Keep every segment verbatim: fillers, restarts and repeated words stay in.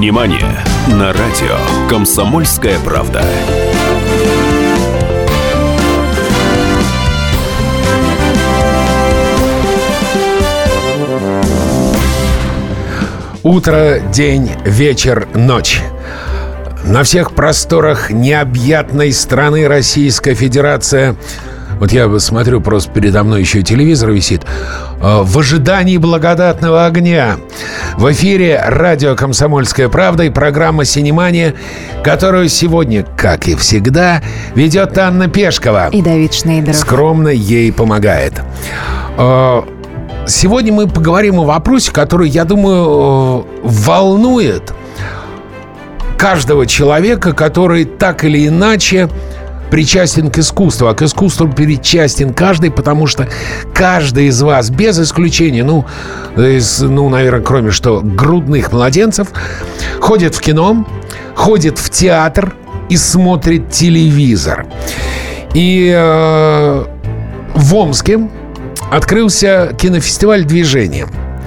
Синемания на радио «Комсомольская правда». Утро, день, вечер, ночь. На всех просторах необъятной страны Российская Федерация, вот я смотрю, просто передо мной еще телевизор висит, в ожидании благодатного огня. В эфире радио «Комсомольская правда» и программа «Синемания», которую сегодня, как и всегда, ведет Анна Пешкова. И Давид Шнейдеров. Скромно ей помогает. Сегодня мы поговорим о вопросе, который, я думаю, волнует каждого человека, который так или иначе причастен к искусству. А к искусству причастен каждый, потому что каждый из вас, без исключения, ну, из, ну, наверное, кроме что грудных младенцев, ходит в кино, ходит в театр и смотрит телевизор. И э, в Омске открылся кинофестиваль «Движение».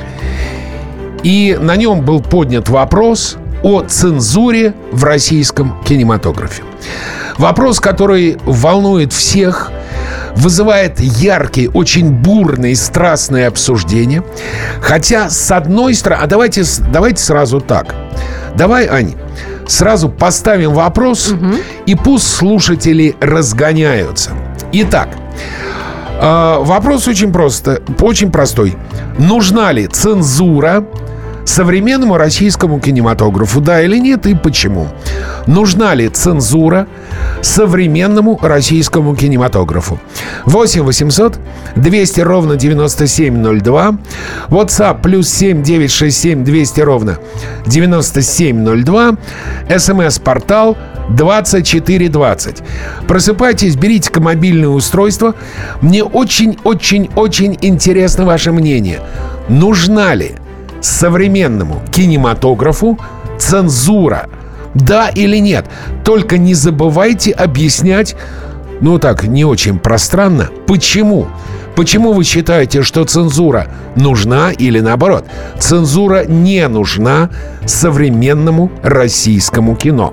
И на нем был поднят вопрос о цензуре в российском кинематографе. Вопрос, который волнует всех, вызывает яркие, очень бурные, страстные обсуждения. Хотя, с одной стороны... А давайте, давайте сразу так. Давай, Ань, сразу поставим вопрос, угу. и пусть слушатели разгоняются. Итак, вопрос очень просто, очень простой. Нужна ли цензура современному российскому кинематографу? Да или нет, и почему? Нужна ли цензура современному российскому кинематографу? восемь восемьсот двести ровно девяносто семь ноль два. WhatsApp плюс семь девятьсот шестьдесят семь двести ровно девяносто семь ноль два. СМС-портал двадцать четыре двадцать. Просыпайтесь, берите-ка мобильное устройство. Мне очень-очень-очень интересно ваше мнение. Нужна ли современному кинематографу цензура? Да или нет? Только не забывайте объяснять, ну так, не очень пространно, почему. Почему вы считаете, что цензура нужна или наоборот, цензура не нужна современному российскому кино?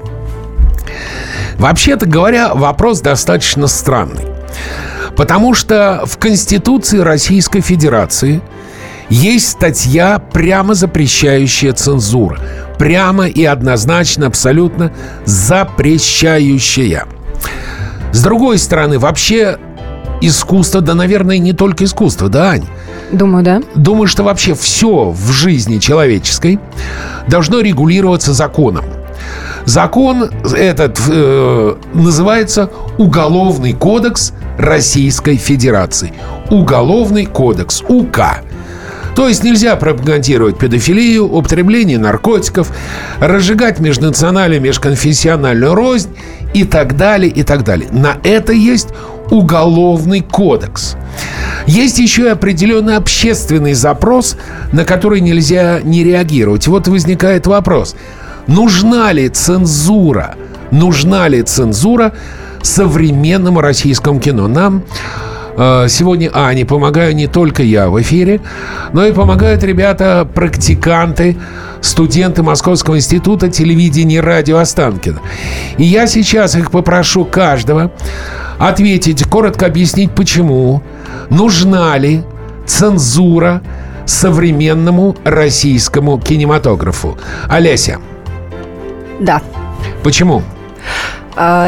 Вообще-то говоря, вопрос достаточно странный. Потому что в Конституции Российской Федерации есть статья, прямо запрещающая цензуру. Прямо и однозначно, абсолютно запрещающая. С другой стороны, вообще искусство, да, наверное, не только искусство, да, Ань? Думаю, да. Думаю, что вообще все в жизни человеческой должно регулироваться законом. Закон этот э, называется Уголовный кодекс Российской Федерации. Уголовный кодекс, УК. То есть нельзя пропагандировать педофилию, употребление наркотиков, разжигать межнациональную, межконфессиональную рознь и так далее, и так далее. На это есть Уголовный кодекс. Есть еще и определенный общественный запрос, на который нельзя не реагировать. Вот возникает вопрос. Нужна ли цензура? Нужна ли цензура современному российскому кино? Нам э, сегодня, Ане, помогаю не только я в эфире, но и помогают ребята, практиканты, студенты Московского института телевидения и радио Останкино. И я сейчас их попрошу каждого ответить, коротко объяснить, почему нужна ли цензура современному российскому кинематографу. Олеся. Да. Почему? А,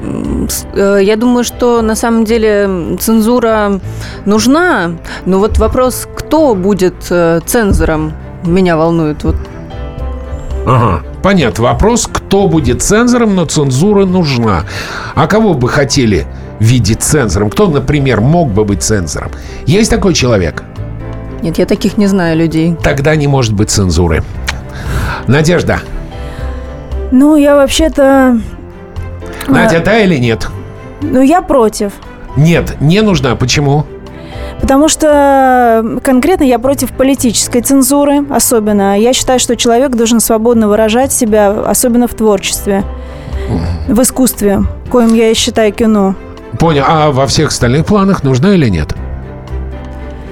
я думаю, что на самом деле цензура нужна, но вот вопрос, кто будет цензором, меня волнует. Вот. Ага, понятно. Вопрос, кто будет цензором, но цензура нужна. А кого бы хотели видеть цензором? Кто, например, мог бы быть цензором? Есть такой человек? Нет, я таких не знаю людей. Тогда не может быть цензуры. Надежда. Ну, я вообще-то... Надя, а... да или нет? Ну, я против. Нет, не нужна. Почему? Потому что конкретно я против политической цензуры, особенно. Я считаю, что человек должен свободно выражать себя, особенно в творчестве, mm. в искусстве, коим я и считаю кино. Понял. А во всех остальных планах нужна или нет?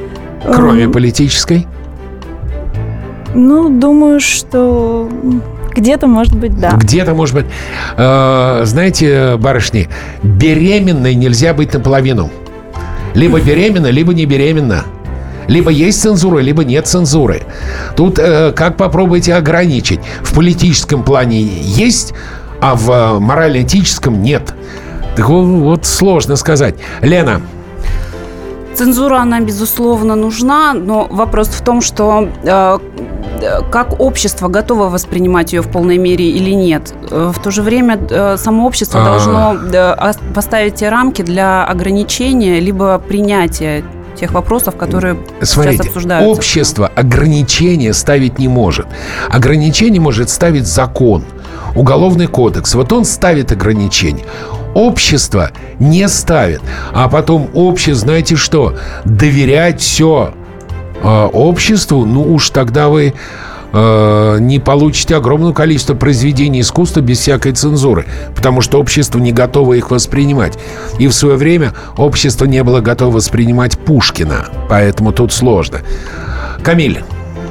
Кроме um... политической? Ну, думаю, что Где-то, может быть, да. Где-то, может быть. Э, знаете, барышни, беременной нельзя быть наполовину. Либо беременна, либо не беременна. Либо есть цензура, либо нет цензуры. Тут э, как попробуйте ограничить. В политическом плане есть, а в э, морально-этическом нет. Так вот, вот сложно сказать. Лена. Цензура, она, безусловно, нужна, но вопрос в том, что э, как общество готово воспринимать ее в полной мере или нет. В то же время э, само общество А-а-а. должно э, поставить те рамки для ограничения либо принятия тех вопросов, которые Смотрите, сейчас обсуждаются. Общество ограничения ставить не может. Ограничение может ставить закон, уголовный кодекс. Вот он ставит ограничения. Общество не ставит. А потом общество, знаете что, доверять все э, обществу, ну уж тогда вы э, не получите огромное количество произведений искусства без всякой цензуры, потому что общество не готово их воспринимать. И в свое время общество не было готово воспринимать Пушкина, поэтому тут сложно. Камиль.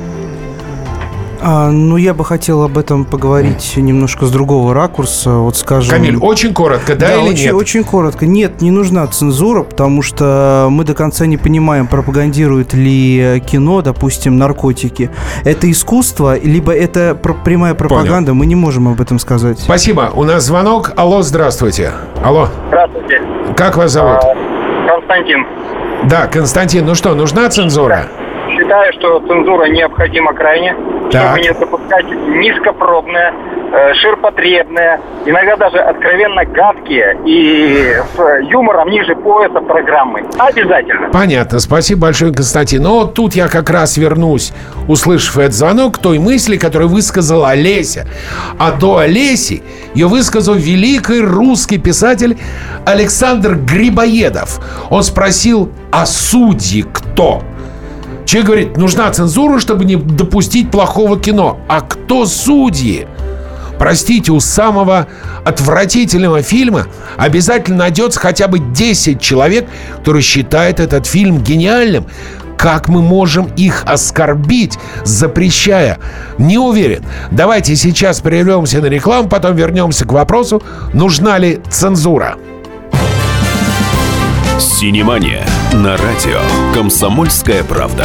А, ну, я бы хотел об этом поговорить немножко с другого ракурса. Вот, скажем... Камиль, очень коротко, да, да или очень, нет? очень коротко. Нет, не нужна цензура, потому что мы до конца не понимаем, пропагандирует ли кино, допустим, наркотики. Это искусство, либо это прямая пропаганда. Понял. Мы не можем об этом сказать. Спасибо. У нас звонок. Алло, здравствуйте. Алло. Здравствуйте. Как вас зовут? Константин. Да, Константин. Ну что, нужна цензура? Считаю, что цензура необходима крайне, так. чтобы не допускать низкопробное, э, ширпотребное, иногда даже откровенно гадкие и с юмором ниже пояса программы. Обязательно. Понятно. Спасибо большое, Константин. Но вот тут я как раз вернусь, услышав этот звонок, к той мысли, которую высказала Олеся. А до Олеси ее высказал великий русский писатель Александр Грибоедов. Он спросил, а судьи кто? Человек говорит, нужна цензура, чтобы не допустить плохого кино. А кто судьи? Простите, у самого отвратительного фильма обязательно найдется хотя бы десять человек, которые считают этот фильм гениальным. Как мы можем их оскорбить, запрещая? Не уверен. Давайте сейчас прервемся на рекламу, потом вернемся к вопросу, нужна ли цензура. Синемания на радио «Комсомольская правда».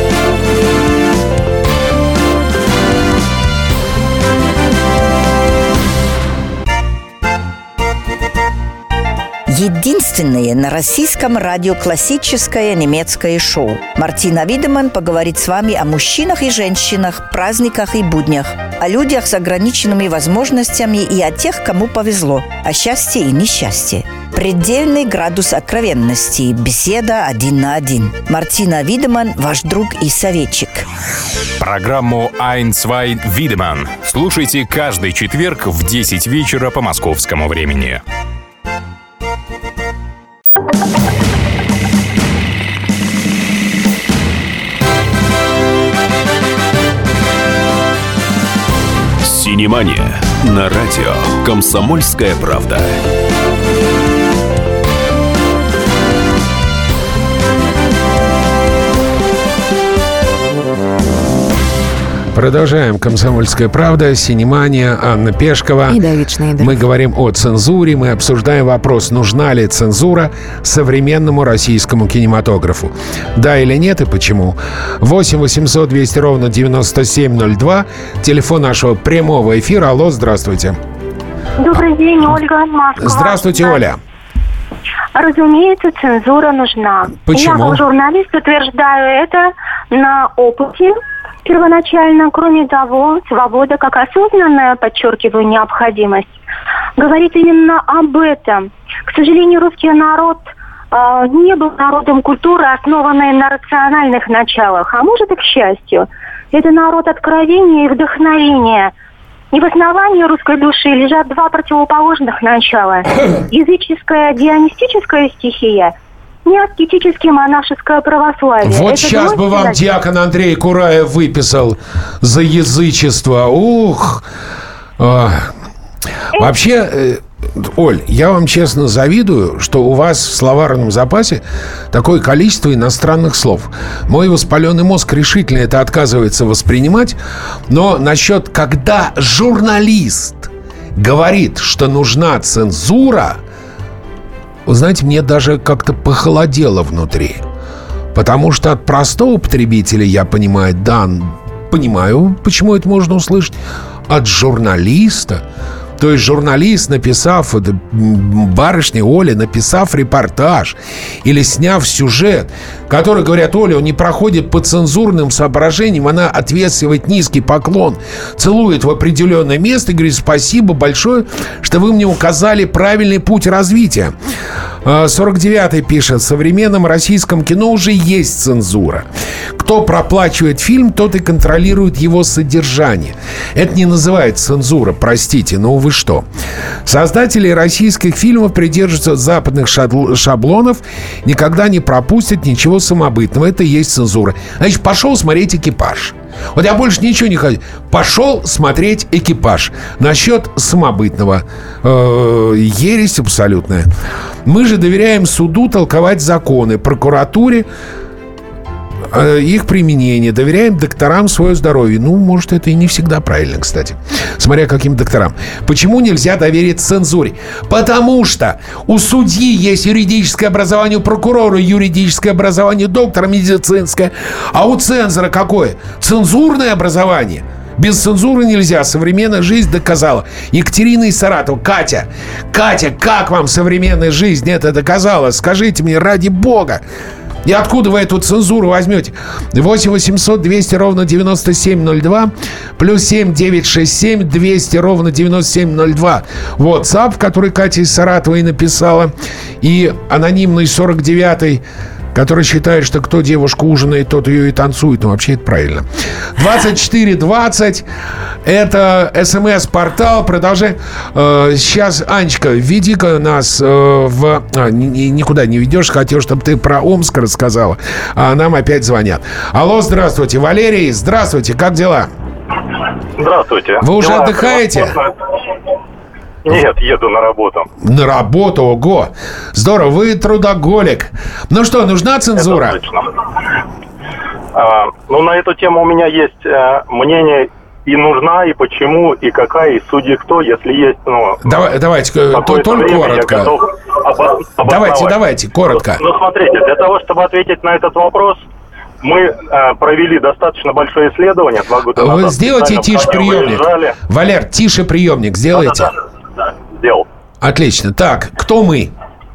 Единственное на российском радио классическое немецкое шоу. Мартина Видеманн поговорит с вами о мужчинах и женщинах, праздниках и буднях, о людях с ограниченными возможностями и о тех, кому повезло, о счастье и несчастье. Предельный градус откровенности. Беседа один на один. Мартина Видеманн, ваш друг и советчик. Программу «Ein, zwei, Видеманн» слушайте каждый четверг в десять вечера по московскому времени. Синемания на радио «Комсомольская правда». Продолжаем. «Комсомольская правда», «Синемания», Анна Пешкова. И Давид Шнейдер. Мы говорим о цензуре, мы обсуждаем вопрос, нужна ли цензура современному российскому кинематографу. Да или нет и почему. восемь восемьсот двести ровно девяносто семь ноль два. Телефон нашего прямого эфира. Алло, здравствуйте. Добрый день, Ольга, Москва. Здравствуйте, Оля. Разумеется, цензура нужна. Почему? Я как журналист утверждаю это на опыте. Первоначально, кроме того, свобода как осознанная, подчеркиваю, необходимость, говорит именно об этом. К сожалению, русский народ э, не был народом культуры, основанной на рациональных началах, а может и к счастью. Это народ откровения и вдохновения. И в основании русской души лежат два противоположных начала. Языческая, дионистическая стихия – не аскетическое монашеское православие. Вот это сейчас бы вам диакон Андрей Кураев выписал за язычество. Ух! А. Вообще, Оль, я вам честно завидую, что у вас в словарном запасе такое количество иностранных слов. Мой воспаленный мозг решительно это отказывается воспринимать. Но насчет, когда журналист говорит, что нужна цензура, вы знаете, мне даже как-то похолодело внутри. Потому что от простого потребителя я понимаю, да, понимаю, почему это можно услышать. От журналиста... То есть журналист, написав, барышня Оля, написав репортаж или сняв сюжет, который, говорят, Оля, он не проходит по цензурным соображениям, она отвесивает низкий поклон, целует в определенное место и говорит: спасибо большое, что вы мне указали правильный путь развития. сорок девятый пишет: в современном российском кино уже есть цензура. Кто проплачивает фильм, тот и контролирует его содержание. Это не называется цензура, простите, но вы что? Создатели российских фильмов придерживаются западных шаблонов, никогда не пропустят ничего самобытного. Это и есть цензура. Значит, пошел смотреть «Экипаж». Вот я больше ничего не хочу. Пошел смотреть «Экипаж». Насчет самобытного. Э, ересь абсолютная. Мы же доверяем суду толковать законы, прокуратуре их применение, доверяем докторам свое здоровье. Ну, может, это и не всегда правильно, кстати. Смотря каким докторам. Почему нельзя доверить цензуре? Потому что у судьи есть юридическое образование, у прокурора юридическое образование, доктора медицинское. А у цензора какое? Цензурное образование. Без цензуры нельзя. Современная жизнь доказала. Екатерина из Саратова. Катя, Катя, как вам современная жизнь это доказала? Скажите мне, ради бога. И откуда вы эту цензуру возьмете? восемь восемьсот двести ровно девяносто семь ноль два, плюс семь девятьсот шестьдесят семь двести ровно девяносто семь ноль два. WhatsApp, который Катя из Саратова и написала. И анонимный сорок девятый, который считает, что кто девушку ужинает, тот ее и танцует. Ну, вообще это правильно. двадцать четыре двадцать. Это СМС-портал. Продолжаем. Э, сейчас, Анечка, введи-ка нас э, в... А, ни, никуда не ведешь. Хотел, чтобы ты про Омск рассказала. А нам опять звонят. Алло, здравствуйте. Валерий, здравствуйте. Как дела? Здравствуйте. Вы уже дела отдыхаете? Нет, еду на работу. На работу? Ого! Здорово, вы трудоголик. Ну что, нужна цензура? Это точно. А, ну, на эту тему у меня есть а, мнение, и нужна, и почему, и какая, и судьи кто, если есть, ну... Давай, давайте, только коротко. Оба- давайте, давайте, коротко. Ну, ну, смотрите, для того, чтобы ответить на этот вопрос, мы а, провели достаточно большое исследование два года назад. Вы сделайте тише приемник. Выезжали. Валер, тише приемник сделайте. Да, да, да. Да, сделал. Отлично. Так, кто мы?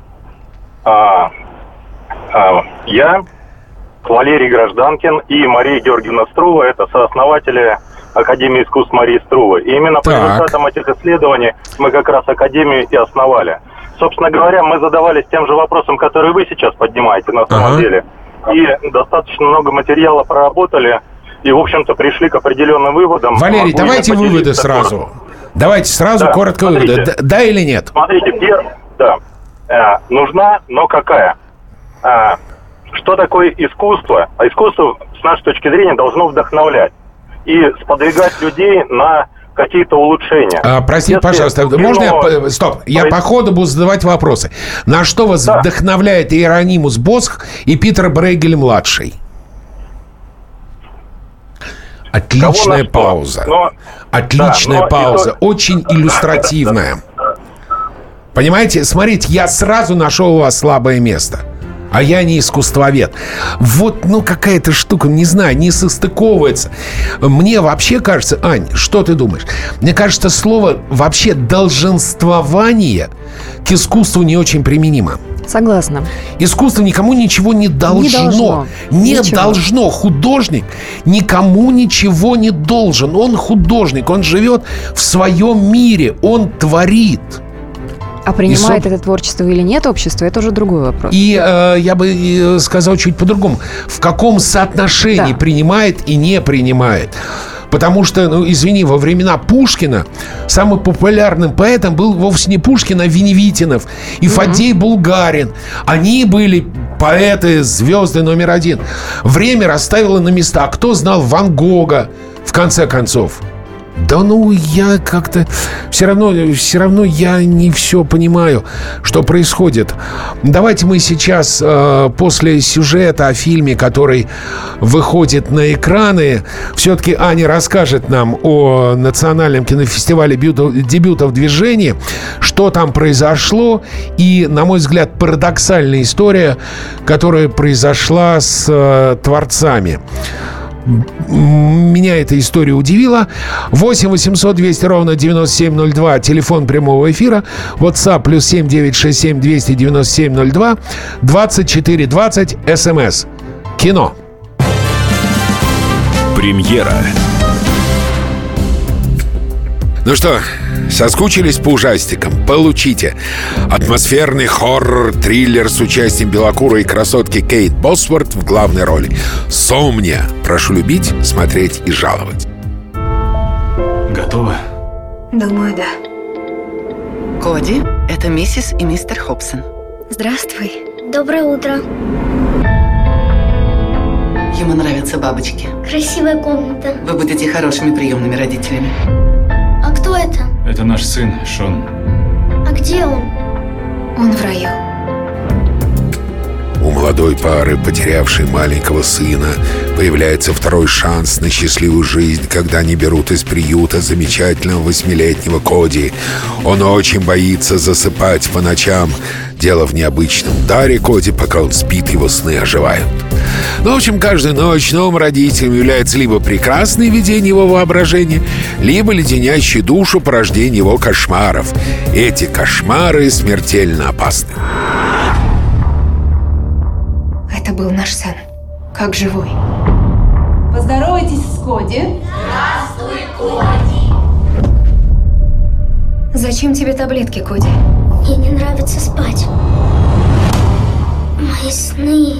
А, а, я, Валерий Гражданкин и Мария Георгиевна Струва. Это сооснователи Академии искусств Марии Струвы. И именно по результатам этих исследований мы как раз Академию и основали. Собственно говоря, мы задавались тем же вопросом, который вы сейчас поднимаете на самом ага. деле. И достаточно много материала проработали. И, в общем-то, пришли к определенным выводам. Валерий, давайте выводы сразу. Коротко. Давайте сразу да, коротко смотрите, выводы. Да, да или нет? Смотрите, пер... да. Э, нужна, но какая? Э, что такое искусство? А искусство, с нашей точки зрения, должно вдохновлять и сподвигать людей на какие-то улучшения. А, простите, Если пожалуйста, кино... можно я... Стоп, я по ходу буду задавать вопросы. На что вас да. вдохновляет Иеронимус Босх и Питер Брейгель-младший? Отличная пауза. Но... Отличная да, пауза. Это... Очень иллюстративная. Понимаете? Смотрите, я сразу нашел у вас слабое место. А я не искусствовед. Вот, ну, какая-то штука, не знаю, не состыковывается. Мне вообще кажется... Ань, что ты думаешь? Мне кажется, слово вообще долженствование к искусству не очень применимо. Согласна. Искусство никому ничего не должно. Не должно. Не ничего. должно. Художник никому ничего не должен. Он художник, он живет в своем мире, он творит. А принимает и, это творчество или нет общество, это уже другой вопрос. И э, я бы сказал чуть по-другому. В каком соотношении да. принимает и не принимает. Потому что, ну, извини, во времена Пушкина самым популярным поэтом был вовсе не Пушкин, а Веневитинов и mm-hmm. Фаддей Булгарин. Они были поэты, звезды номер один. Время расставило на места. Кто знал Ван Гога, в конце концов? Да ну, я как-то... Все равно, все равно я не все понимаю, что происходит. Давайте мы сейчас, э, после сюжета о фильме, который выходит на экраны, все-таки Аня расскажет нам о национальном кинофестивале дебютов движения, что там произошло, и, на мой взгляд, парадоксальная история, которая произошла с э, творцами. Меня эта история удивила. восемь восемьсот двести ровно девяносто семь ноль два. Телефон прямого эфира. WhatsApp плюс семь девятьсот шестьдесят семь двести девяносто семь ноль два. двадцать четыре двадцать. СМС. Кино. Премьера. Ну что, соскучились по ужастикам? Получите. Атмосферный хоррор-триллер с участием белокурой красотки Кейт Босворт в главной роли. «Сомния». Прошу любить, смотреть и жаловать. Готовы? Думаю, да. Коди, это миссис и мистер Хобсон. Здравствуй. Доброе утро. Ему нравятся бабочки. Красивая комната. Вы будете хорошими приемными родителями. А кто это? Это наш сын, Шон. А где он? Он в раю. У молодой пары, потерявшей маленького сына, появляется второй шанс на счастливую жизнь, когда они берут из приюта замечательного восьмилетнего Коди. Он очень боится засыпать по ночам. Дело в необычном даре Коди, пока он спит, его сны оживают. Ну, в общем, каждую ночь новым родителям является либо прекрасное видение его воображения, либо леденящий душу порождение его кошмаров. Эти кошмары смертельно опасны. Это был наш сын. Как живой. Поздоровайтесь с Коди. Здравствуй, Коди. Зачем тебе таблетки, Коди? Мне не нравится спать. Мои сны.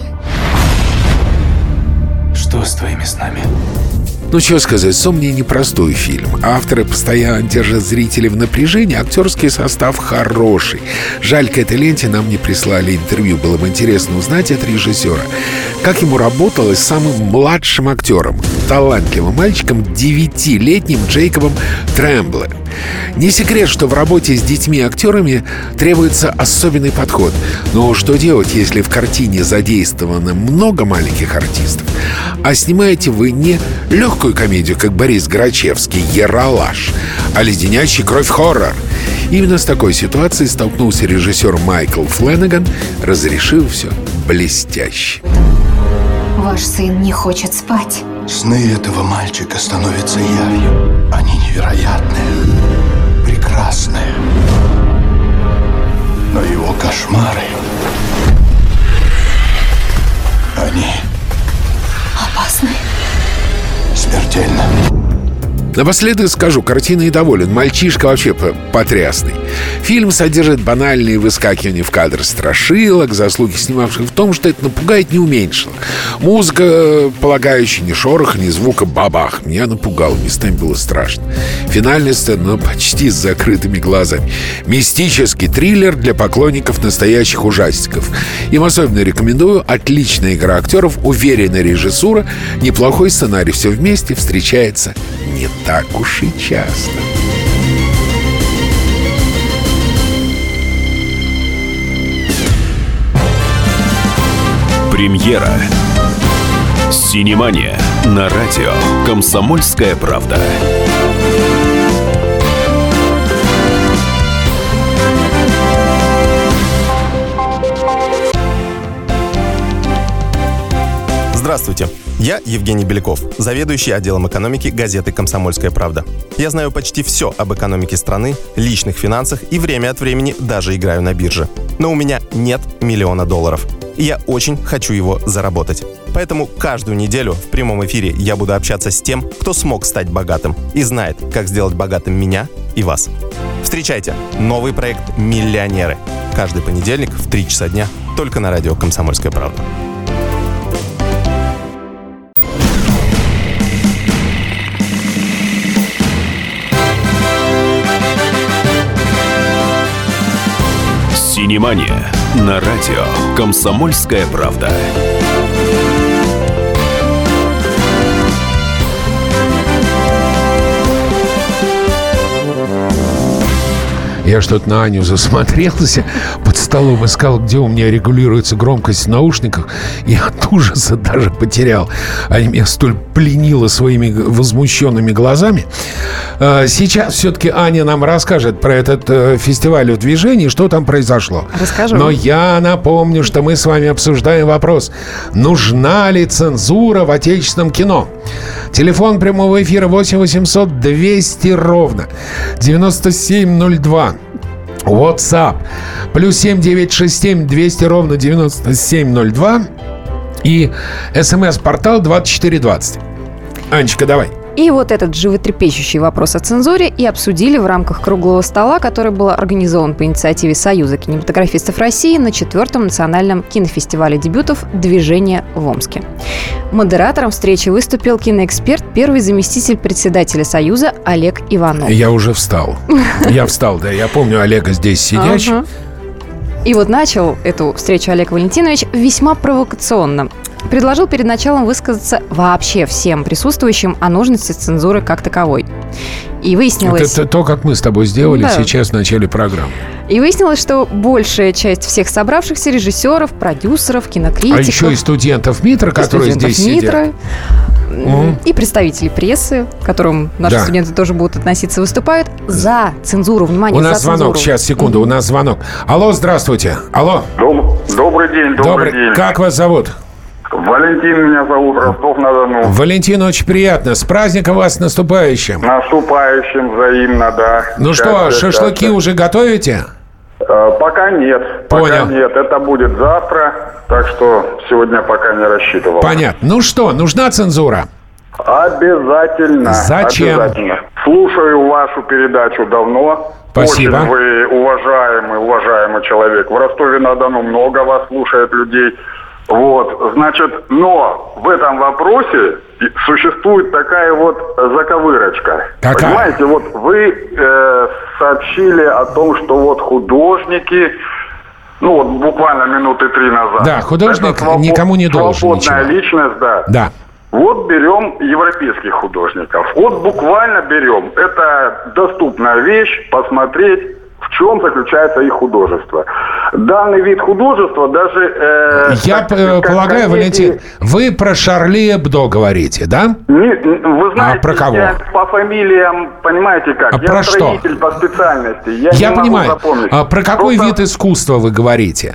Что с твоими снами? Ну, что сказать, «Сомния» — непростой фильм. Авторы постоянно держат зрителей в напряжении, актерский состав хороший. Жаль, к этой ленте нам не прислали интервью. Было бы интересно узнать от режиссера, как ему работалось с самым младшим актером, талантливым мальчиком, девятилетним Джейкобом Трэмбле. Не секрет, что в работе с детьми-актерами требуется особенный подход. Но что делать, если в картине задействовано много маленьких артистов, а снимаете вы не легкую комедию, как Борис Грачевский, «Ералаш», а леденящий кровь хоррор? Именно с такой ситуацией столкнулся режиссер Майкл Фленнеган, разрешив все блестяще. Ваш сын не хочет спать. Сны этого мальчика становятся явью. Они невероятные, прекрасные. Но его кошмары... Они... опасны. Смертельно. Напоследок скажу, картиной доволен. Мальчишка вообще потрясный. Фильм содержит банальные выскакивания в кадр страшилок, заслуги снимавших в том, что это напугает не уменьшило. Музыка, полагающая ни шороха, ни звука, бабах. Меня напугало, местами было страшно. Финальная сцена, но почти с закрытыми глазами. Мистический триллер для поклонников настоящих ужастиков. Им особенно рекомендую. Отличная игра актеров, уверенная режиссура, неплохой сценарий. Все вместе встречается не так уж и часто. Премьера. Синемания на радио «Комсомольская правда». Здравствуйте, я Евгений Беляков, заведующий отделом экономики газеты «Комсомольская правда». Я знаю почти все об экономике страны, личных финансах и время от времени даже играю на бирже. Но у меня нет миллиона долларов, и я очень хочу его заработать. Поэтому каждую неделю в прямом эфире я буду общаться с тем, кто смог стать богатым и знает, как сделать богатым меня и вас. Встречайте новый проект «Миллионеры». Каждый понедельник в три часа дня только на радио «Комсомольская правда». Синемания на радио «Комсомольская правда». Я что-то на Аню засмотрелся, под столом искал, где у меня регулируется громкость в наушниках, и от ужаса даже потерял. Они меня столь пленило своими возмущенными глазами. Сейчас все-таки Аня нам расскажет про этот фестиваль в движении, что там произошло. Расскажу. Но я напомню, что мы с вами обсуждаем вопрос, нужна ли цензура в отечественном кино. Телефон прямого эфира восемь восемьсот двести ровно девяносто семь ноль два. WhatsApp плюс семь девятьсот шестьдесят семь двести ровно девяносто семь ноль два. И смс-портал двадцать четыре двадцать. Анечка, давай. И вот этот животрепещущий вопрос о цензуре и обсудили в рамках круглого стола, который был организован по инициативе Союза кинематографистов России на четвертом национальном кинофестивале дебютов «Движение» в Омске. Модератором встречи выступил киноэксперт, первый заместитель председателя Союза Олег Иванов. Я уже встал. Я встал, да. Я помню Олега здесь сидящего. И вот начал эту встречу Олег Валентинович весьма провокационно. Предложил перед началом высказаться вообще всем присутствующим о нужности цензуры как таковой. И выяснилось... Это то, как мы с тобой сделали да. сейчас в начале программы. И выяснилось, что большая часть всех собравшихся режиссеров, продюсеров, кинокритиков... А еще и студентов МИТРа, которые студентов здесь МИТРа, сидят. Mm. И представителей прессы, к которым наши да. студенты тоже будут относиться, выступают за цензуру. Внимание, у нас за звонок, цензуру. сейчас, секунду, у нас звонок. Алло, здравствуйте. Алло. Доб- добрый день, добрый, добрый день. Как вас зовут? Валентин меня зовут, Ростов-на-Дону. Валентин, очень приятно. С праздником вас, с наступающим. Наступающим, взаимно, да. Ну счастья, что, шашлыки счастья. уже готовите? Э, пока нет. Понял. Пока нет. Это будет завтра, так что сегодня пока не рассчитывал. Понятно. Ну что, нужна цензура? Обязательно. Зачем? Обязательно. Слушаю вашу передачу давно. Спасибо. Очень вы уважаемый, уважаемый человек. В Ростове-на-Дону много вас слушает людей. Вот, значит, но в этом вопросе существует такая вот заковырочка. Какая? Понимаете, вот вы э, сообщили о том, что вот художники, ну вот буквально минуты три назад. Да, художник свобод, никому не должен свободная ничего. личность, да. Да. Вот берем европейских художников. Вот буквально берем. Это доступная вещь, посмотреть, в чем заключается их художество. Данный вид художества даже... Э, Я как, э, как полагаю, комедии... Валентин, вы про Шарли Эбдо говорите, да? Не, вы знаете, а про кого? Я по фамилиям, понимаете как, а я про строитель что? по специальности. Я, я не понимаю. Могу запомнить. А про какой Просто... вид искусства вы говорите?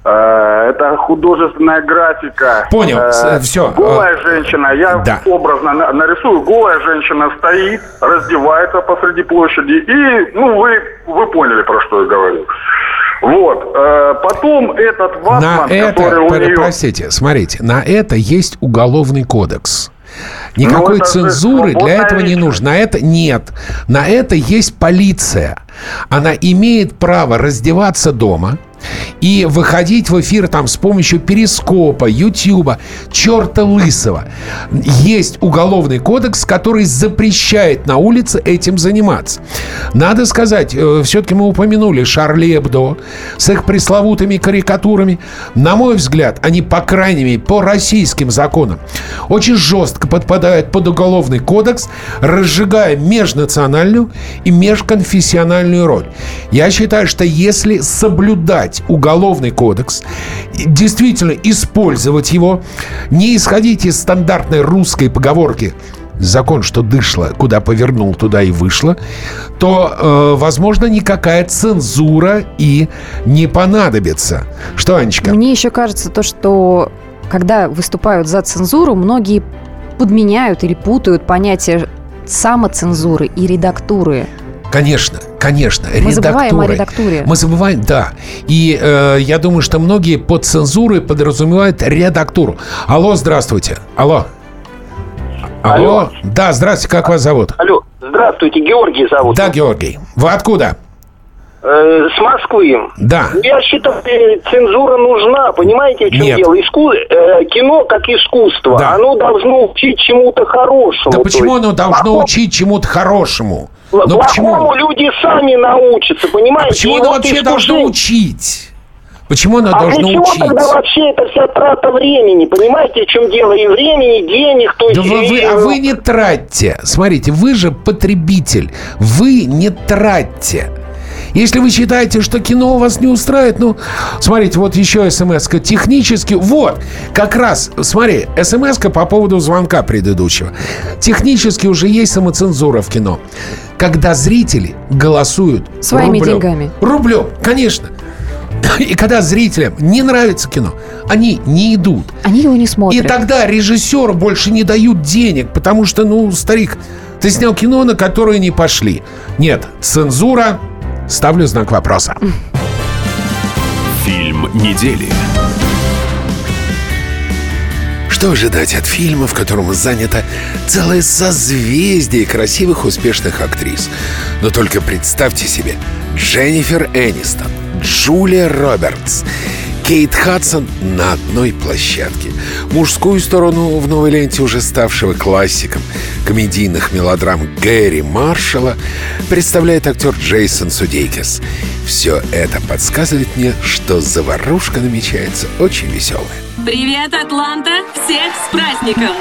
Это художественная графика. Понял, э, все. Голая женщина, я да. образно нарисую, голая женщина стоит, раздевается посреди площади, и, ну, вы, вы поняли, про что я говорю. Вот. Э, потом этот ватман, на это, который у нее... Простите, смотрите, на это есть уголовный кодекс. Никакой это цензуры для этого не нужно. На это нет. На это есть полиция. Она имеет право раздеваться дома и выходить в эфир там с помощью перископа, ютьюба, черта лысого. Есть уголовный кодекс, который запрещает на улице этим заниматься. Надо сказать, э, все-таки мы упомянули Шарли Эбдо с их пресловутыми карикатурами. На мой взгляд, они, по крайней мере, по российским законам очень жестко подпадают под уголовный кодекс, разжигая межнациональную и межконфессиональную роль. Я считаю, что если соблюдать уголовный кодекс, действительно использовать его, не исходить из стандартной русской поговорки «закон, что дышло, куда повернул, туда и вышло», то, э, возможно, никакая цензура и не понадобится. Что, Анечка? Мне еще кажется то, что когда выступают за цензуру, многие подменяют или путают понятие самоцензуры и редактуры. Конечно, конечно. Мы забываем о редактуре. Мы забываем, да. И э, я думаю, что многие под цензурой подразумевают редактуру. Алло, здравствуйте. Алло. Алло. Алло. Да, здравствуйте, как вас зовут? Алло, здравствуйте, Георгий зовут. Да, Георгий. Вы откуда? Э, с Москвы. Да. Я считаю, цензура нужна, понимаете, в чем Нет. дело? Иску... Э, кино как искусство, да. Оно должно учить чему-то хорошему. Да почему есть... оно должно Плохому... учить чему-то хорошему? Ну, ну, плохому люди сами научатся, понимаете? А почему И оно вот вообще искушение... должно учить? Почему оно а должно для чего учить? тогда вообще это вся трата времени? Понимаете, в чем дело? И времени, и денег. То да есть, вы, и... вы, а вы не тратьте. Смотрите, вы же потребитель. Вы не тратьте. Если вы считаете, что кино вас не устраивает, ну, смотрите, вот еще смс-ка. Технически, вот, как раз, смотри, смс-ка по поводу звонка предыдущего. Технически уже есть самоцензура в кино. Когда зрители голосуют своими рублем. деньгами. Рублем, конечно. И когда зрителям не нравится кино, они не идут. Они его не смотрят. И тогда режиссеру больше не дают денег, потому что, ну, старик, ты снял кино, на которое не пошли. Нет, цензура, ставлю знак вопроса. Фильм недели. Что ожидать от фильма, в котором занято целое созвездие красивых, успешных актрис? Но только представьте себе: Дженнифер Энистон, Джулия Робертс, Кейт Хадсон на одной площадке. Мужскую сторону в новой ленте уже ставшего классиком комедийных мелодрам Гэри Маршалла представляет актер Джейсон Судейкис. Все это подсказывает мне, что заварушка намечается очень веселая. Привет, Атланта! Всех с праздником!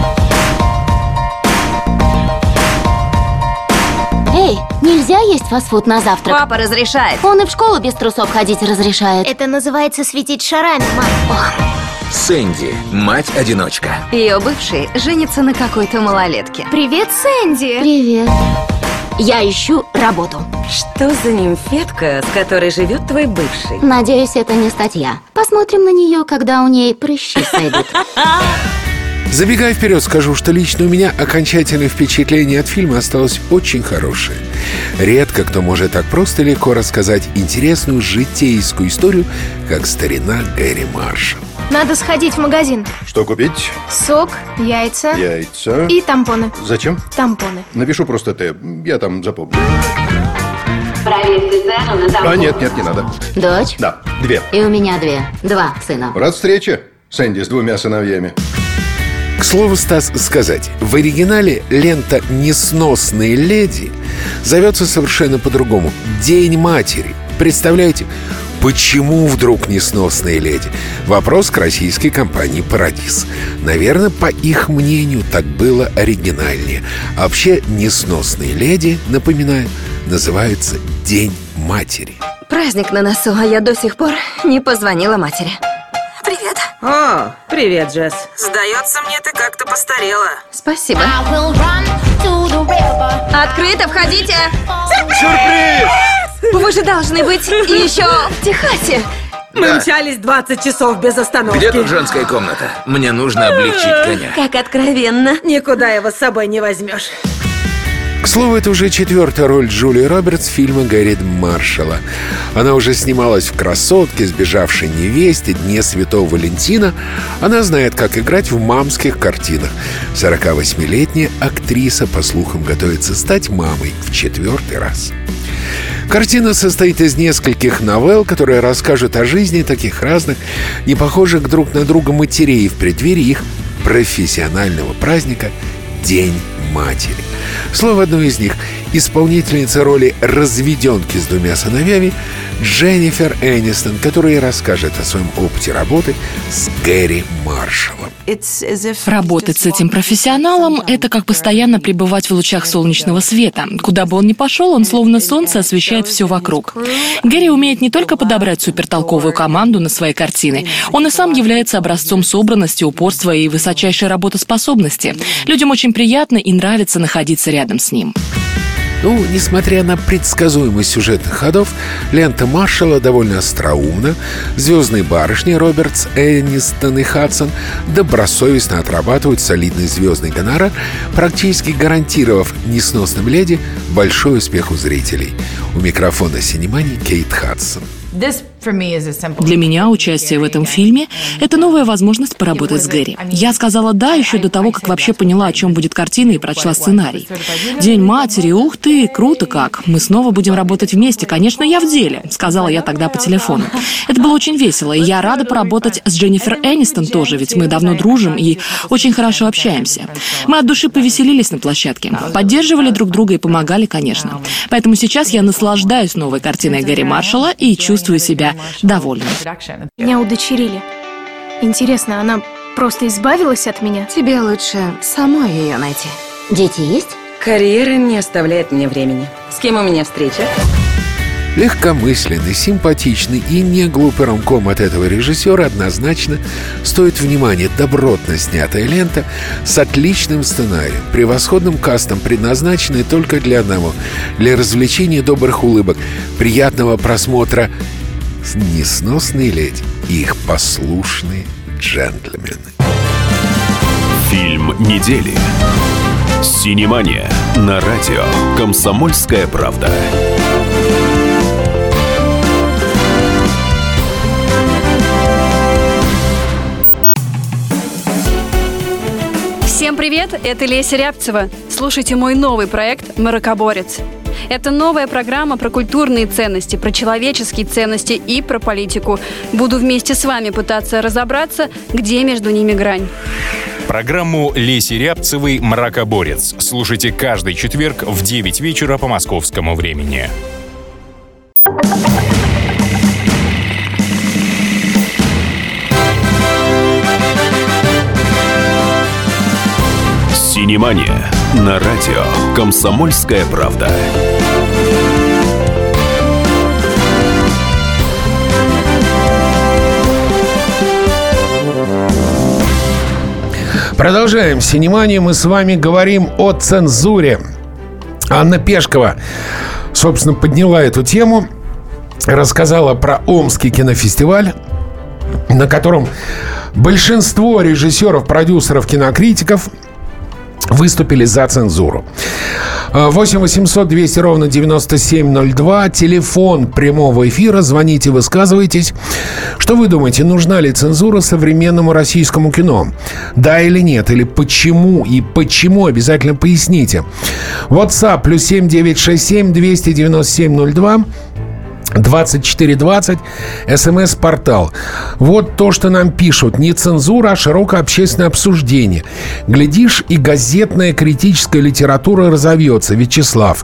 Эй, нельзя есть фастфуд на завтрак? Папа разрешает. Он и в школу без трусов ходить разрешает. Это называется светить шарами, мам. Сэнди, мать-одиночка. Ее бывший женится на какой-то малолетке. Привет, Сэнди. Привет. Я ищу работу. Что за нимфетка, с которой живет твой бывший? Надеюсь, это не статья. Посмотрим на нее, когда у ней прыщи сойдут. Забегая вперед, скажу, что лично у меня окончательное впечатление от фильма осталось очень хорошее. Редко кто может так просто и легко рассказать интересную житейскую историю, как старина Гэри Маршалл. Надо сходить в магазин. Что купить? Сок, яйца. Яйца. И тампоны. Зачем? Тампоны. Напишу просто Т. Я там запомню. Проверьте цену на тампоны. А, нет, нет, не надо. Дочь? Да, две. И у меня две. Два сына. Рад встрече, Сэнди с двумя сыновьями. К слову, Стас, сказать, в оригинале лента «Несносные леди» зовется совершенно по-другому. «День матери». Представляете? Почему вдруг «Несносные леди»? Вопрос к российской компании «Парадис». Наверное, по их мнению, так было оригинальнее. А вообще «Несносные леди», напоминаю, называется «День матери». Праздник на носу, а я до сих пор не позвонила матери. Привет. О, привет, Джесс. Сдается мне, ты как-то постарела. Спасибо. Открыто, входите. Сюрприз! Вы же должны быть еще в Техасе. Мы да. мчались двадцать часов без остановки. Где тут женская комната? Мне нужно облегчить коня. Как откровенно. Никуда его с собой не возьмешь. К слову, это уже четвертая роль Джулии Робертс фильма Гэри Маршалла. Она уже снималась в «Красотке», «Сбежавшей невесте», «Дне Святого Валентина». Она знает, как играть в мамских картинах. сорокавосьмилетняя актриса, по слухам, готовится стать мамой в четвертый раз. Картина состоит из нескольких новелл, которые расскажут о жизни таких разных, не похожих друг на друга матерей в преддверии их профессионального праздника «День матери». Слово одно из них — исполнительница роли разведенки с двумя сыновьями Дженнифер Энистон, которая расскажет о своем опыте работы с Гэри Маршаллом. Работать с этим профессионалом – это как постоянно пребывать в лучах солнечного света. Куда бы он ни пошел, он словно солнце освещает все вокруг. Гэри умеет не только подобрать супертолковую команду на свои картины, он и сам является образцом собранности, упорства и высочайшей работоспособности. Людям очень приятно и нравится находиться рядом с ним. Ну, несмотря на предсказуемость сюжетных ходов, лента Маршалла довольно остроумна. «Звездные барышни» Робертс, Энистон и Хадсон добросовестно отрабатывают солидный звездный гонорар, практически гарантировав «Несносным леди» большой успех у зрителей. У микрофона «Синемани» Кейт Хадсон. Для меня участие в этом фильме – это новая возможность поработать с Гэри. Я сказала «да» еще до того, как вообще поняла, о чем будет картина, и прочла сценарий. День матери, ух ты, круто как. Мы снова будем работать вместе, конечно, я в деле, сказала я тогда по телефону. Это было очень весело, и я рада поработать с Дженнифер Энистон тоже, ведь мы давно дружим и очень хорошо общаемся. Мы от души повеселились на площадке, поддерживали друг друга и помогали, конечно. Поэтому сейчас я наслаждаюсь новой картиной Гэри Маршалла и чувствую себя довольной. Меня удочерили. Интересно, она просто избавилась от меня? Тебе лучше самой ее найти. Дети есть? Карьера не оставляет мне времени. С кем у меня встреча? Легкомысленный, симпатичный и не глупый ромком от этого режиссера однозначно стоит внимания. Добротно снятая лента с отличным сценарием, превосходным кастом, предназначенной только для одного — для развлечения добрых улыбок, приятного просмотра несносные леди и их послушные джентльмены. Фильм недели. «Синемания» на радио «Комсомольская правда». Всем привет, это Леся Рябцева. Слушайте мой новый проект «Мракоборец». Это новая программа про культурные ценности, про человеческие ценности и про политику. Буду вместе с вами пытаться разобраться, где между ними грань. Программу Леси Рябцевой «Мракоборец» слушайте каждый четверг в девять вечера по московскому времени. «Синемания» на радио «Комсомольская правда». Продолжаем «Синеманию». Мы с вами говорим о цензуре. Анна Пешкова, собственно, подняла эту тему, рассказала про Омский кинофестиваль, на котором большинство режиссеров, продюсеров, кинокритиков выступили за цензуру. восемь восемьсот двести ровно девяносто семь ноль два. Телефон прямого эфира. Звоните, высказывайтесь. Что вы думаете, нужна ли цензура современному российскому кино? Да или нет? Или почему? И почему? Обязательно поясните. WhatsApp плюс семь девять шесть семь двести девяносто семь ноль два. двадцать четыре двадцать. СМС-портал. Вот то, что нам пишут. Не цензура, а широкое общественное обсуждение. Глядишь, и газетная критическая литература разовьется. Вячеслав.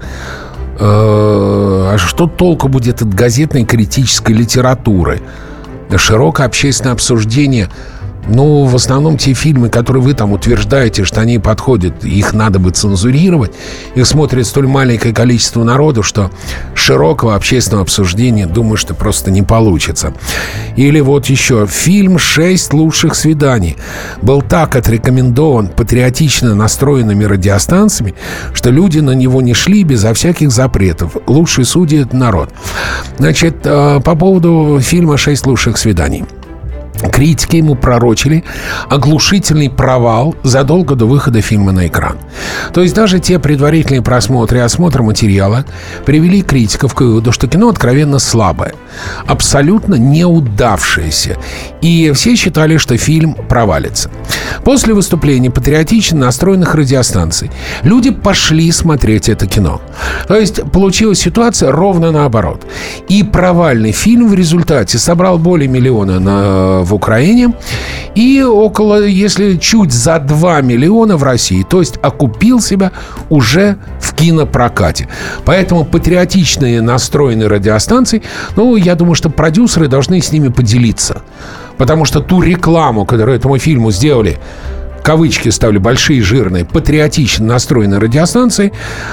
А что толку будет от газетной критической литературы? Широкое общественное обсуждение. Ну, в основном те фильмы, которые вы там утверждаете, что они подходят, их надо бы цензурировать. Их смотрит столь маленькое количество народу, что широкого общественного обсуждения, думаю, что просто не получится. Или вот еще фильм «Шесть лучших свиданий» был так отрекомендован патриотично настроенными радиостанциями, что люди на него не шли безо всяких запретов. Лучшие судьи — это народ. Значит, по поводу фильма «Шесть лучших свиданий». Критики ему пророчили оглушительный провал задолго до выхода фильма на экран. То есть даже те предварительные просмотры и осмотр материала привели критиков к выводу, что кино откровенно слабое, абсолютно неудавшееся. И все считали, что фильм провалится. После выступления патриотично настроенных радиостанций люди пошли смотреть это кино. То есть получилась ситуация ровно наоборот. И провальный фильм в результате собрал более миллиона на в Украине и около, если чуть за два миллиона в России. То есть окупил себя уже в кинопрокате. Поэтому патриотичные настроенные радиостанции, ну, я думаю, что продюсеры должны с ними поделиться. Потому что ту рекламу, которую этому фильму сделали, кавычки ставлю большие, жирные, патриотично настроенные радиостанции,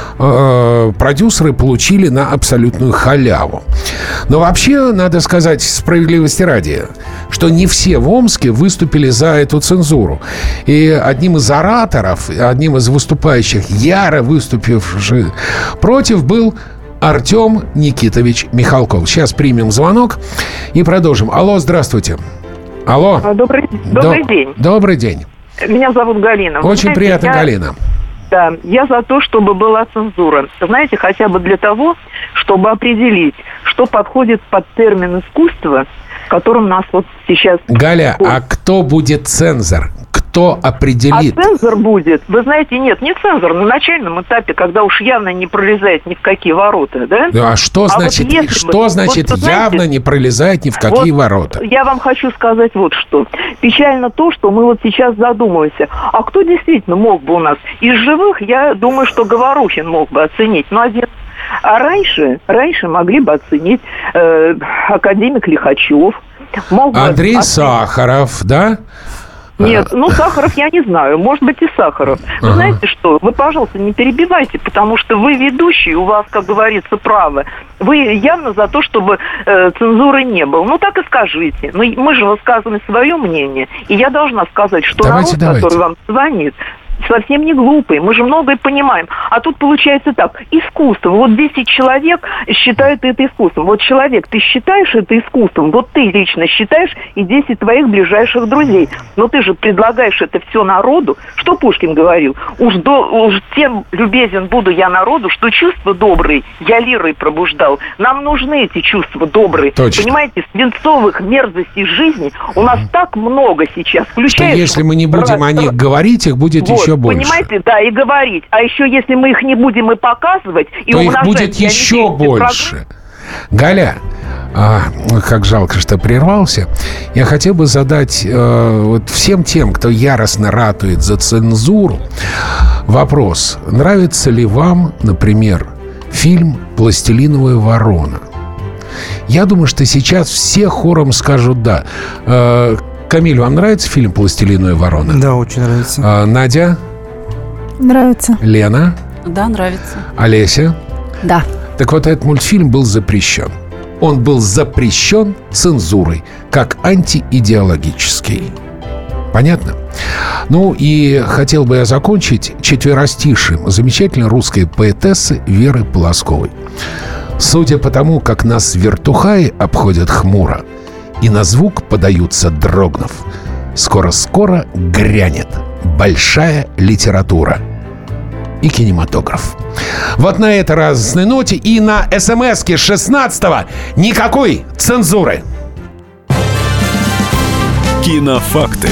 э, продюсеры получили на абсолютную халяву. Но вообще, надо сказать, справедливости ради, что не все в Омске выступили за эту цензуру. И одним из ораторов, одним из выступающих, яро выступивших против, был Артем Никитович Михалков. Сейчас примем звонок и продолжим. Алло, здравствуйте. Алло. Добрый, добрый До- день. Добрый день. Меня зовут Галина. Вы Очень знаете, приятно, я, Галина. Да, я за то, чтобы была цензура. Знаете, хотя бы для того, чтобы определить, что подходит под термин искусства, которым нас вот сейчас... Галя, а кто будет цензор? Кто определит? А цензор будет, вы знаете, нет, не цензор, на начальном этапе, когда уж явно не пролезает ни в какие ворота, да? А что а значит, вот что бы, значит вот, явно знаете, не пролезает ни в какие вот ворота? Я вам хочу сказать вот что. Печально то, что мы вот сейчас задумываемся, а кто действительно мог бы у нас? Из живых, я думаю, что Говорухин мог бы оценить, но один... А раньше, раньше могли бы оценить э, академик Лихачев. Мог бы Андрей оценить... Сахаров, да? Нет, ну, Сахаров я не знаю. Может быть, и Сахаров. Вы ага. знаете что? Вы, пожалуйста, не перебивайте, потому что вы ведущий, у вас, как говорится, право. Вы явно за то, чтобы э, цензуры не было. Ну, так и скажите. Но мы же высказываем свое мнение. И я должна сказать, что давайте, народ, давайте. который вам звонит, совсем не глупые, мы же многое понимаем. А тут получается так, искусство. Вот десять человек считают это искусством. Вот человек, ты считаешь это искусством, вот ты лично считаешь и десять твоих ближайших друзей. Но ты же предлагаешь это все народу. Что Пушкин говорил? Уж, до, уж тем любезен буду я народу, что чувства добрые я лирой пробуждал. Нам нужны эти чувства добрые. Точно. Понимаете, свинцовых мерзостей жизни у нас так много сейчас. Что если мы не будем о них говорить, их будет вот. еще больше. Понимаете, да, и говорить. А еще если мы их не будем и показывать, и то умножать, их будет еще больше. Программ... Галя, а, как жалко, что прервался. Я хотел бы задать э, вот всем тем, кто яростно ратует за цензуру, вопрос. Нравится ли вам, например, фильм «Пластилиновая ворона»? Я думаю, что сейчас все хором скажут «да». Э, Камиль, вам нравится фильм «Пластилиновая ворона»? Да, очень нравится. А, Надя? Нравится. Лена? Да, нравится. Олеся? Да. Так вот, этот мультфильм был запрещен. Он был запрещен цензурой, как антиидеологический. Понятно? Ну и хотел бы я закончить четверостишием замечательной русской поэтессы Веры Полосковой. Судя по тому, как нас вертухаи обходят хмуро и на звук подаются дрогнув, скоро-скоро грянет большая литература и кинематограф. Вот на этой радостной ноте и на смс-ке шестнадцатого никакой цензуры. Кинофакты.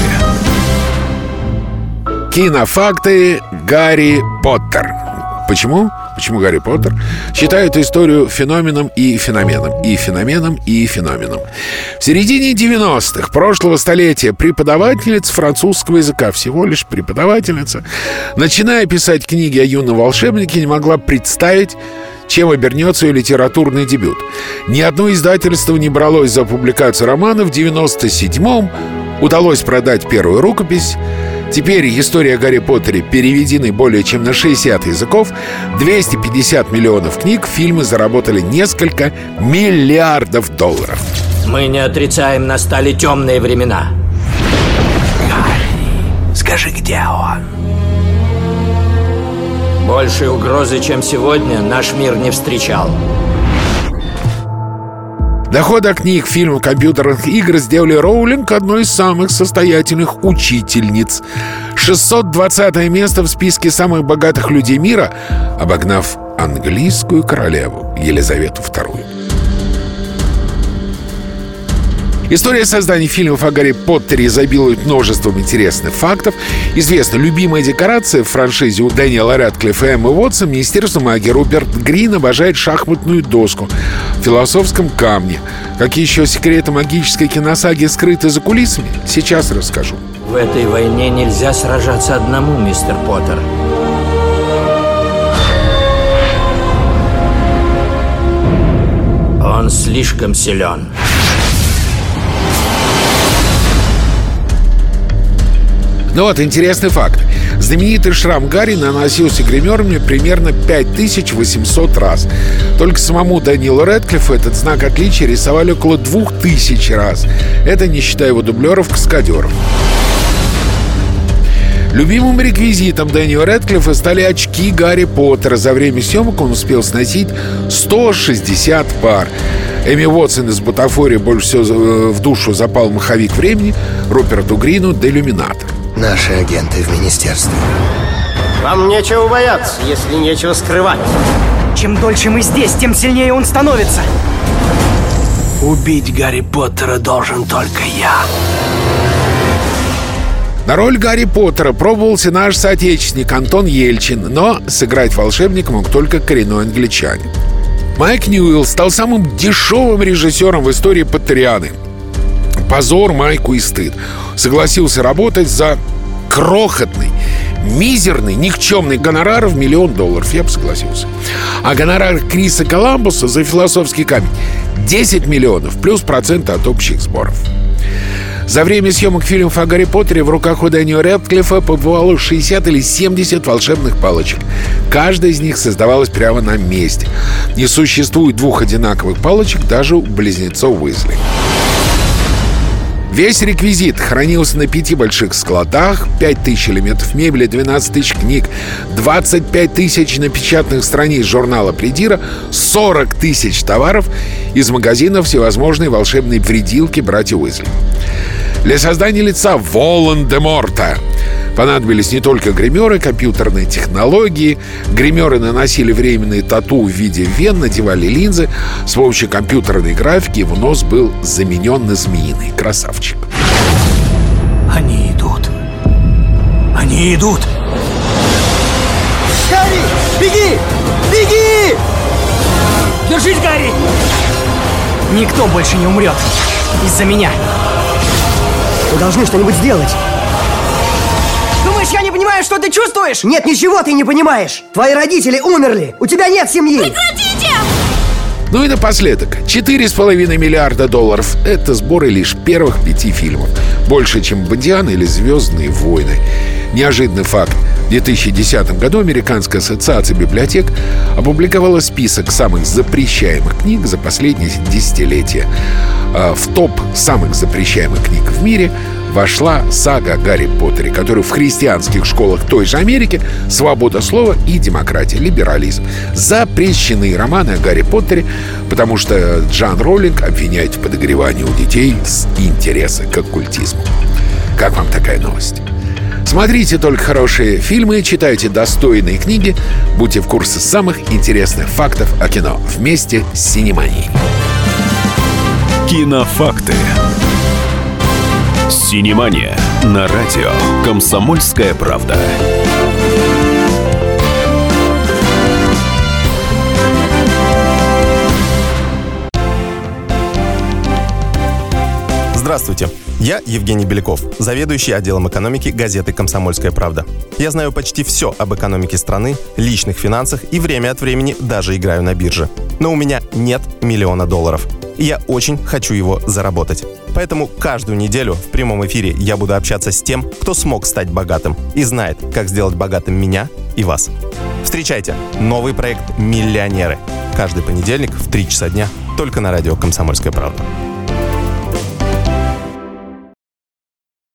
Кинофакты Гарри Поттер. Почему? Почему Гарри Поттер? Считают историю феноменом и феноменом. И феноменом, и феноменом. В середине девяностых прошлого столетия преподавательница французского языка, всего лишь преподавательница, начиная писать книги о юном волшебнике, не могла представить, чем обернется ее литературный дебют. Ни одно издательство не бралось за публикацию романа. В девяносто седьмом удалось продать первую рукопись. Теперь история о Гарри Поттере переведены более чем на шестьдесят языков, двести пятьдесят миллионов книг, фильмы заработали несколько миллиардов долларов. Мы не отрицаем, настали темные времена. Гарри, скажи, где он? Большей угрозы, чем сегодня, наш мир не встречал. Доходы книг, фильмов, компьютерных игр сделали Роулинг одной из самых состоятельных учительниц. шестьсот двадцатое место в списке самых богатых людей мира, обогнав английскую королеву Елизавету вторую. История создания фильмов о Гарри Поттере изобилует множеством интересных фактов. Известна любимая декорация в франшизе у Дэниела Рэдклиффа и Эммы Уотсон. Министерство магии Руперт Грин обожает шахматную доску в философском камне. Какие еще секреты магической киносаги скрыты за кулисами, сейчас расскажу. В этой войне нельзя сражаться одному, мистер Поттер. Он слишком силен. Ну вот, интересный факт. Знаменитый шрам Гарри наносился гримерами примерно пять тысяч восемьсот раз. Только самому Дэниелу Рэдклиффу этот знак отличия рисовали около двух тысяч раз. Это не считая его дублеров-каскадеров. Любимым реквизитом Дэниела Рэдклиффа стали очки Гарри Поттера. За время съемок он успел сносить сто шестьдесят пар. Эмми Уотсон из «Бутафории» больше всего в душу запал маховик времени, Руперту Грину «Делюминатор». Наши агенты в министерстве. Вам нечего бояться, если нечего скрывать. Чем дольше мы здесь, тем сильнее он становится. Убить Гарри Поттера должен только я. На роль Гарри Поттера пробовался наш соотечественник Антон Ельчин, но сыграть волшебника мог только коренной англичанин. Майк Ньюэлл стал самым дешевым режиссером в истории Поттерианы. Позор Майку и стыд. Согласился работать за крохотный, мизерный, никчемный гонорар в миллион долларов. Я бы согласился. А гонорар Криса Коламбуса за «Философский камень» десять миллионов плюс проценты от общих сборов. За время съемок фильмов о Гарри Поттере в руках у Дэниела Рэдклиффа побывало шестьдесят или семьдесят волшебных палочек. Каждая из них создавалась прямо на месте. Не существует двух одинаковых палочек даже у близнецов Уизли. Весь реквизит хранился на пяти больших складах, пять тысяч элементов мебели, двенадцать тысяч книг, двадцать пять тысяч напечатанных страниц журнала «Придира», сорок тысяч товаров из магазинов всевозможной волшебной вредилки братья Уизли. Для создания лица Волан-де-Морта понадобились не только гримеры, компьютерные технологии. Гримеры наносили временные тату в виде вен, надевали линзы. С помощью компьютерной графики его нос был заменен на змеиный. Красавчик. Они идут. Они идут. Гарри, беги! Беги! Держись, Гарри! Никто больше не умрет из-за меня. Вы должны что-нибудь сделать. Думаешь, я не понимаю, что ты чувствуешь? Нет, ничего ты не понимаешь. Твои родители умерли. У тебя нет семьи. Прекратите! Ну и напоследок, четыре с половиной миллиарда долларов – это сборы лишь первых пяти фильмов. Больше, чем «Бондиана» или «Звездные войны». Неожиданный факт. В две тысячи десятом году Американская ассоциация библиотек опубликовала список самых запрещаемых книг за последние десятилетия. В топ самых запрещаемых книг в мире вошла сага о Гарри Поттере, которую в христианских школах той же Америки свобода слова и демократия, либерализм. Запрещены романы о Гарри Поттере, потому что Джоан Роулинг обвиняет в подогревании у детей с интереса к оккультизму. Как вам такая новость? Смотрите только хорошие фильмы, читайте достойные книги, будьте в курсе самых интересных фактов о кино вместе с Синеманией. Кинофакты. Синемания на радио «Комсомольская правда». Здравствуйте, я Евгений Беляков, заведующий отделом экономики газеты «Комсомольская правда». Я знаю почти все об экономике страны, личных финансах и время от времени даже играю на бирже. Но у меня нет миллиона долларов. И я очень хочу его заработать. Поэтому каждую неделю в прямом эфире я буду общаться с тем, кто смог стать богатым и знает, как сделать богатым меня и вас. Встречайте новый проект «Миллионеры». Каждый понедельник в три часа дня только на радио «Комсомольская правда».